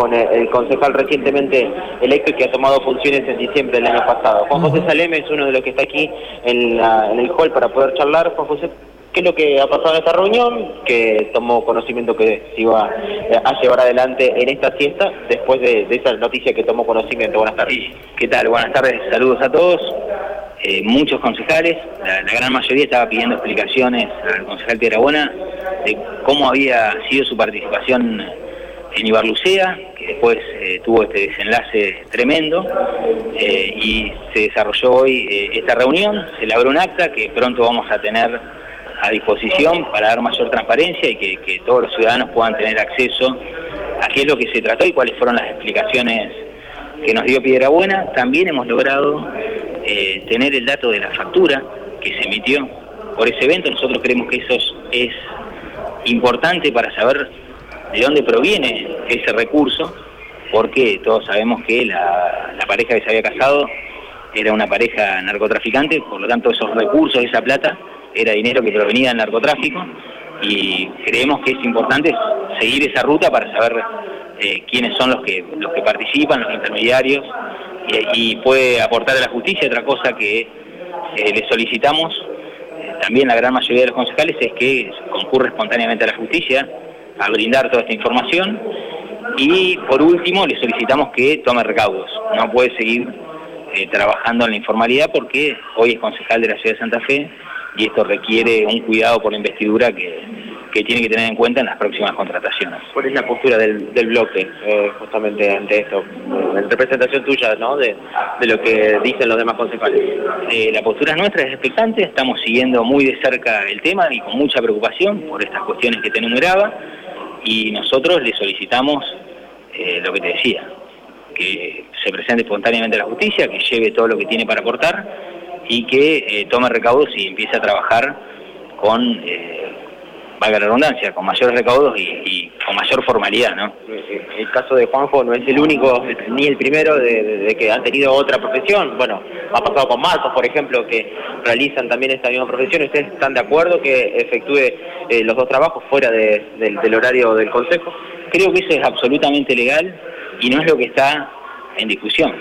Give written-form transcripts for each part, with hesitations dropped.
con el concejal recientemente electo y que ha tomado funciones en diciembre del año pasado. Juan José Saleme es uno de los que está aquí en el hall para poder charlar. Juan José, ¿qué es lo que ha pasado en esta reunión? Que tomó conocimiento que se iba a llevar adelante en esta siesta después de esa noticia que tomó conocimiento. Buenas tardes. Sí, ¿qué tal? Buenas tardes, saludos a todos. Muchos concejales, la gran mayoría estaba pidiendo explicaciones al concejal Piedrabuena de cómo había sido su participación en Ibarlucea, que después tuvo este desenlace tremendo, y se desarrolló hoy esta reunión. Se elaboró un acta que pronto vamos a tener a disposición para dar mayor transparencia y que todos los ciudadanos puedan tener acceso a qué es lo que se trató y cuáles fueron las explicaciones que nos dio Piedrabuena. También hemos logrado tener el dato de la factura que se emitió por ese evento. Nosotros creemos que eso es importante para saber de dónde proviene ese recurso, porque todos sabemos que la pareja que se había casado era una pareja narcotraficante, por lo tanto esos recursos, esa plata, era dinero que provenía del narcotráfico, y creemos que es importante seguir esa ruta para saber quiénes son los que participan, los intermediarios, y puede aportar a la justicia. Otra cosa que le solicitamos también la gran mayoría de los concejales es que concurra espontáneamente a la justicia a brindar toda esta información, y por último le solicitamos que tome recaudos. No puede seguir trabajando en la informalidad porque hoy es concejal de la ciudad de Santa Fe y esto requiere un cuidado por la investidura que tiene que tener en cuenta en las próximas contrataciones. ¿Cuál es la postura del bloque justamente ante esto? En representación tuya, ¿no? De lo que dicen los demás concejales. La postura nuestra es expectante, estamos siguiendo muy de cerca el tema y con mucha preocupación por estas cuestiones que te enumeraba, y nosotros le solicitamos lo que te decía, que se presente espontáneamente a la justicia, que lleve todo lo que tiene para aportar y que tome recaudos y empiece a trabajar con, valga la redundancia, con mayores recaudos y con mayor formalidad, ¿no? El caso de Juanjo no es el único ni el primero de que han tenido otra profesión. Bueno, ha pasado con Marcos, por ejemplo, que realizan también esta misma profesión. ¿Ustedes están de acuerdo que efectúe los dos trabajos fuera del horario del Consejo? Creo que eso es absolutamente legal y no es lo que está en discusión.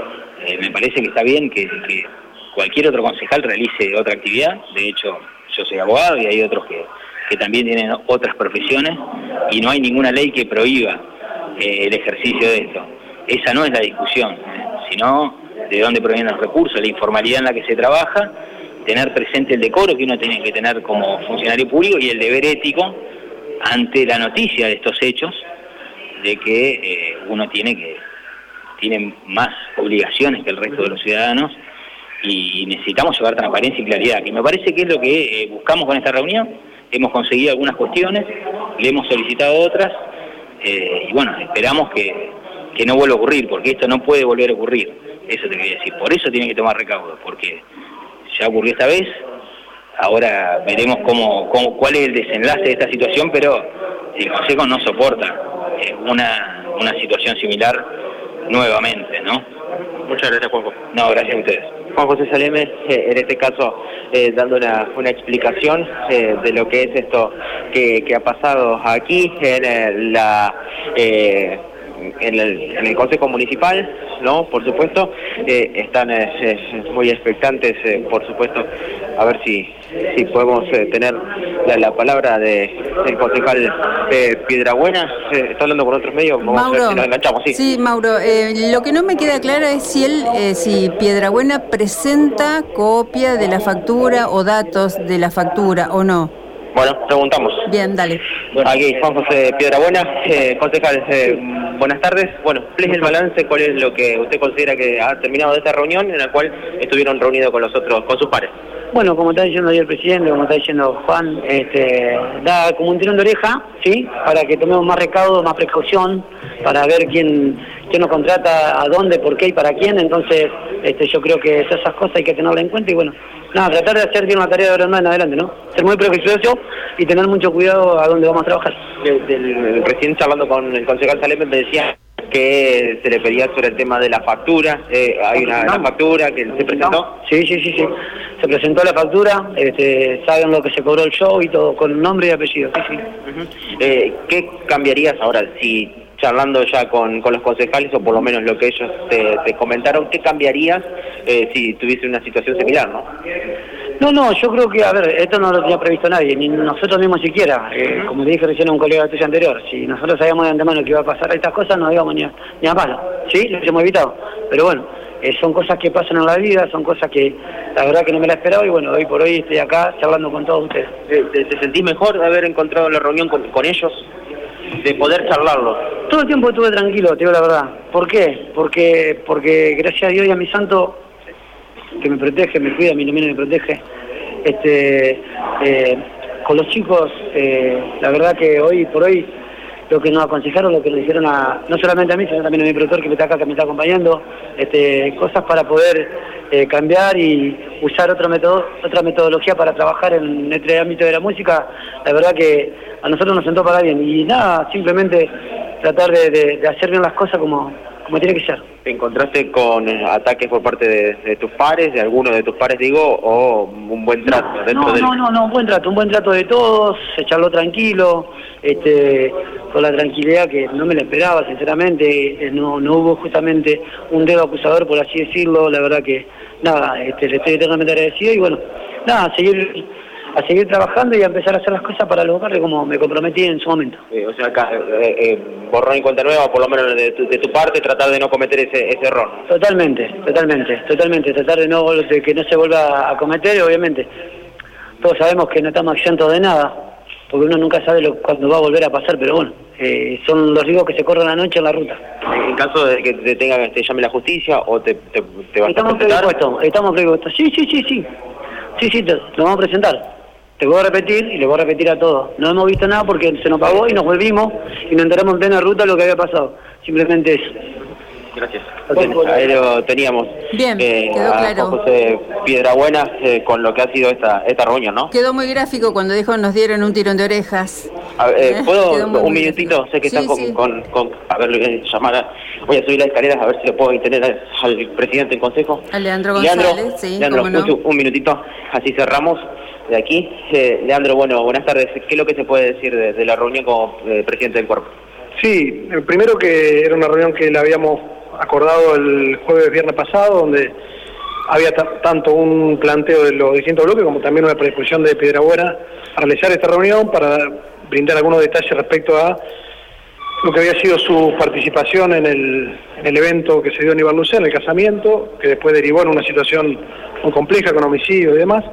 Me parece que está bien que cualquier otro concejal realice otra actividad. De hecho, yo soy abogado y hay otros que también tienen otras profesiones, y no hay ninguna ley que prohíba el ejercicio de esto. Esa no es la discusión, sino de dónde provienen los recursos, la informalidad en la que se trabaja, tener presente el decoro que uno tiene que tener como funcionario público y el deber ético ante la noticia de estos hechos, de que uno tiene más obligaciones que el resto de los ciudadanos, y necesitamos llevar transparencia y claridad, que me parece que es lo que buscamos con esta reunión. Hemos conseguido algunas cuestiones, le hemos solicitado otras, y bueno, esperamos que no vuelva a ocurrir, porque esto no puede volver a ocurrir. Eso te quería decir. Por eso tiene que tomar recaudos, porque ya ocurrió esta vez. Ahora veremos cuál es el desenlace de esta situación, pero el Consejo no soporta una situación similar nuevamente, ¿no? Muchas gracias, Juanjo. No, gracias a ustedes. Juan José Saleme, en este caso dando una explicación de lo que es esto que ha pasado aquí en el Consejo Municipal, ¿no? Por supuesto, están muy expectantes, por supuesto, a ver si podemos tener la palabra del concejal Piedrabuena. Está hablando con otros medios, vamos a ver si nos enganchamos. Sí, Mauro, lo que no me queda claro es si Piedrabuena presenta copia de la factura o datos de la factura o no. Bueno, preguntamos. Bien, dale. Bueno, aquí Juan José Piedrabuena, concejal, buenas tardes. Bueno, ¿cuál es el balance? ¿Cuál es lo que usted considera que ha terminado de esta reunión en la cual estuvieron reunidos con sus pares? Bueno, como está diciendo ahí el presidente, como está diciendo Juan, da como un tirón de oreja, ¿sí? Para que tomemos más recaudo, más precaución, para ver quién nos contrata, a dónde, por qué y para quién. Entonces, yo creo que todas esas cosas hay que tenerlas en cuenta y bueno, nada, tratar de hacer bien una tarea de ahora en adelante, ¿no? Ser muy prejuicioso y tener mucho cuidado a dónde vamos a trabajar. Recién charlando con el concejal Saleme me decía que se le pedía sobre el tema de la factura. Hay una factura que se presentó. Sí. Se presentó la factura, saben lo que se cobró el show y todo, con nombre y apellido. Sí. ¿Qué cambiarías ahora si charlando ya con los concejales, o por lo menos lo que ellos te comentaron, ¿qué cambiarías si tuviese una situación similar, no? No, yo creo que, a ver, esto no lo tenía previsto nadie, ni nosotros mismos siquiera. Como le dije recién a un colega tuyo anterior, si nosotros sabíamos de antemano que iba a pasar estas cosas, no íbamos ni a palo, ¿sí? Lo hemos evitado. Pero bueno, son cosas que pasan en la vida, son cosas que la verdad que no me la esperaba, y bueno, hoy por hoy estoy acá charlando con todos ustedes. ¿Te sentís mejor de haber encontrado la reunión con ellos? De poder charlarlo. Todo el tiempo estuve tranquilo, te digo la verdad. ¿Por qué? Porque gracias a Dios y a mi santo, que me protege, me cuida, mi nomina me protege, con los chicos, la verdad que hoy por hoy lo que nos aconsejaron, lo que nos dijeron no solamente a mí, sino también a mi productor que me está acá, que me está acompañando, cosas para poder cambiar y usar otra metodología para trabajar en este ámbito de la música. La verdad que a nosotros nos sentó para bien, y nada, simplemente tratar de hacer bien las cosas como tiene que ser. ¿Te encontraste con ataques por parte de tus pares, de alguno de tus pares, digo, o un buen trato? No, un buen trato de todos, se charló tranquilo, con la tranquilidad que no me la esperaba, sinceramente. No hubo justamente un dedo acusador, por así decirlo. La verdad que nada, le estoy eternamente agradecido, y bueno, nada, a seguir trabajando y a empezar a hacer las cosas para los barrios como me comprometí en su momento. O sea, acá, borrón y cuenta nueva, por lo menos de tu parte, tratar de no cometer ese error. Totalmente, tratar de que no se vuelva a cometer. Obviamente todos sabemos que no estamos exentos de nada, porque uno nunca sabe cuándo va a volver a pasar, pero bueno, son los riesgos que se corren la noche en la ruta. En caso de que te llame la justicia, o te vas a presentar. Estamos predispuestos, sí, lo vamos a presentar. Te voy a repetir, y le voy a repetir a todos. No hemos visto nada porque se nos pagó y nos volvimos y nos enteramos en plena ruta lo que había pasado. Simplemente eso. Gracias. Ahí lo teníamos. Bien, quedó claro. José Piedrabuena, con lo que ha sido esta reunión, ¿no? Quedó muy gráfico cuando dijo nos dieron un tirón de orejas. ¿Puedo un minutito? Sé que están con a ver, voy a subir las escaleras a ver si lo puedo tener al presidente del consejo. A Leandro González, Leandro, un minutito, así cerramos de aquí. Leandro, bueno, buenas tardes. ¿Qué es lo que se puede decir de la reunión como presidente del cuerpo? Sí, primero que era una reunión que la habíamos acordado el viernes pasado, donde había tanto un planteo de los distintos bloques como también una predisposición de Piedrabuena a realizar esta reunión para brindar algunos detalles respecto a lo que había sido su participación en el evento que se dio en Ibarlucé, en el casamiento, que después derivó en una situación muy compleja con homicidio y demás.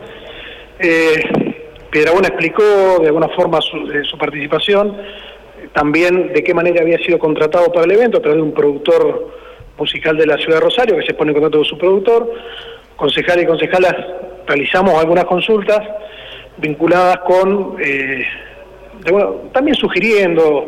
Piedrabuena explicó de alguna forma su participación, también de qué manera había sido contratado para el evento a través de un productor musical de la ciudad de Rosario, que se pone en contacto con su productor. Concejales y concejalas realizamos algunas consultas vinculadas con, también sugiriendo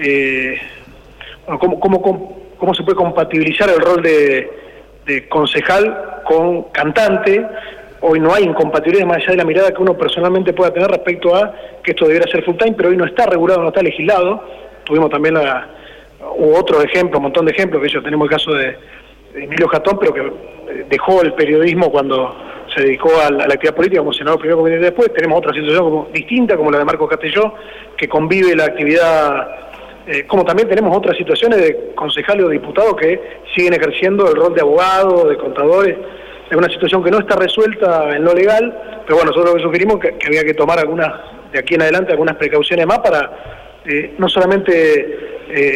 cómo se puede compatibilizar el rol de concejal con cantante. Hoy no hay incompatibilidades más allá de la mirada que uno personalmente pueda tener respecto a que esto debiera ser full time, pero hoy no está regulado, no está legislado. Tuvimos también otro ejemplo, un montón de ejemplos, que tenemos el caso de Emilio Jatón, pero que dejó el periodismo cuando se dedicó a la actividad política como senador primero y después. Tenemos otra situación distinta, como la de Marcos Castelló, que convive la actividad, como también tenemos otras situaciones de concejales o diputados que siguen ejerciendo el rol de abogado, de contadores. Es una situación que no está resuelta en lo legal, pero bueno, nosotros lo que sugerimos que había que tomar de aquí en adelante algunas precauciones más para no solamente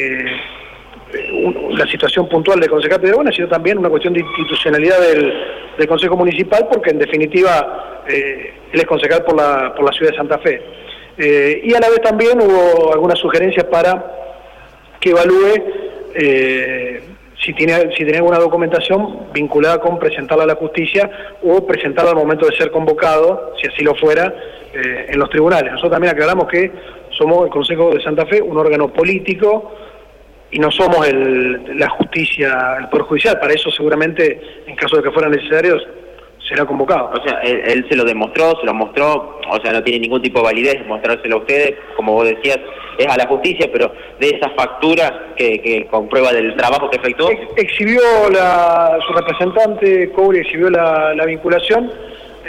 la situación puntual del concejal Piedrabuena, sino también una cuestión de institucionalidad del Consejo Municipal, porque en definitiva él es concejal por la ciudad de Santa Fe. Y a la vez también hubo algunas sugerencias para que evalúe si tiene alguna documentación vinculada con presentarla a la justicia o presentarla al momento de ser convocado, si así lo fuera, en los tribunales. Nosotros también aclaramos que somos el Consejo de Santa Fe, un órgano político, y no somos la justicia, el Poder Judicial. Para eso seguramente, en caso de que fueran necesarios, será convocado. O sea, él se lo mostró, o sea, no tiene ningún tipo de validez mostrárselo a ustedes, como vos decías, es a la justicia, pero de esas facturas que comprueba del trabajo que efectuó. Exhibió su representante, Cobre, exhibió la vinculación,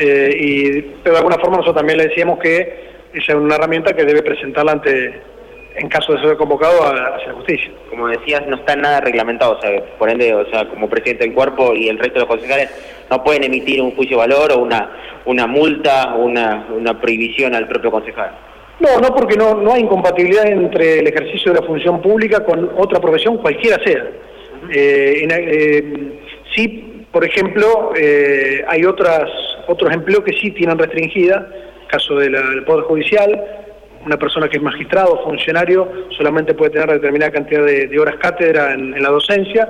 pero de alguna forma nosotros también le decíamos que esa es una herramienta que debe presentarla ante en caso de ser convocado hacia la justicia. Como decías, no está nada reglamentado, o sea, por ende, o sea, como presidente del cuerpo y el resto de los concejales no pueden emitir un juicio de valor o una multa o una prohibición al propio concejal. No, porque no hay incompatibilidad entre el ejercicio de la función pública con otra profesión, cualquiera sea. Sí, por ejemplo, hay otros empleos que sí tienen restringida, caso del Poder Judicial. Una persona que es magistrado o funcionario solamente puede tener determinada cantidad de horas cátedra en la docencia.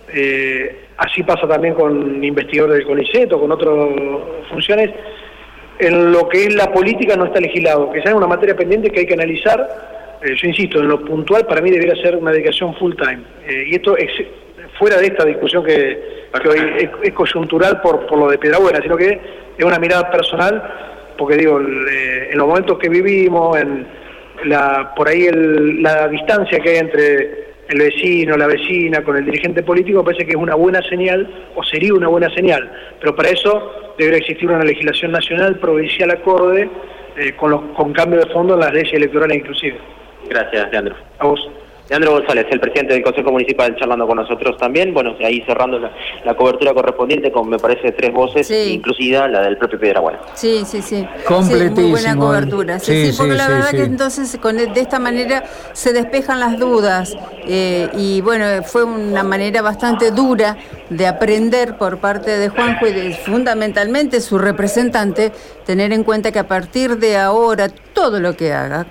Así pasa también con investigadores del CONICET o con otras funciones. En lo que es la política no está legislado, que sea una materia pendiente que hay que analizar. Yo insisto, en lo puntual para mí debería ser una dedicación full time. Y esto es fuera de esta discusión que hoy es coyuntural por lo de Piedrabuena, sino que es una mirada personal, porque digo, en los momentos que vivimos, por ahí la distancia que hay entre el vecino, la vecina, con el dirigente político, parece que es una buena señal, o sería una buena señal, pero para eso debería existir una legislación nacional, provincial acorde, con cambio de fondo en las leyes electorales inclusive. Gracias, Leandro. A vos. Leandro González, el presidente del Consejo Municipal, charlando con nosotros también, bueno, ahí cerrando la cobertura correspondiente con, me parece, 3 voces, sí, incluida la del propio Piedrabuena. Sí. Completísimo. Sí, muy buena cobertura. Sí, porque la verdad que entonces de esta manera se despejan las dudas y bueno, fue una manera bastante dura de aprender por parte de Juanjo y fundamentalmente su representante, tener en cuenta que a partir de ahora todo lo que haga,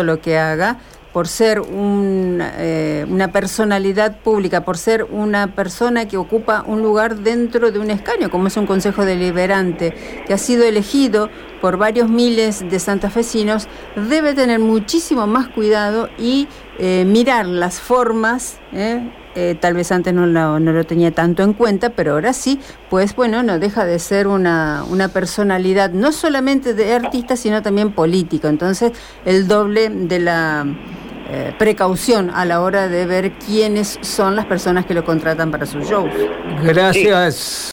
por ser una personalidad pública, por ser una persona que ocupa un lugar dentro de un escaño, como es un consejo deliberante, que ha sido elegido por varios miles de santafesinos, debe tener muchísimo más cuidado y mirar las formas, tal vez antes no lo tenía tanto en cuenta, pero ahora sí, pues bueno, no deja de ser una personalidad no solamente de artista, sino también político. Entonces, el doble de la precaución a la hora de ver quiénes son las personas que lo contratan para sus shows. Gracias.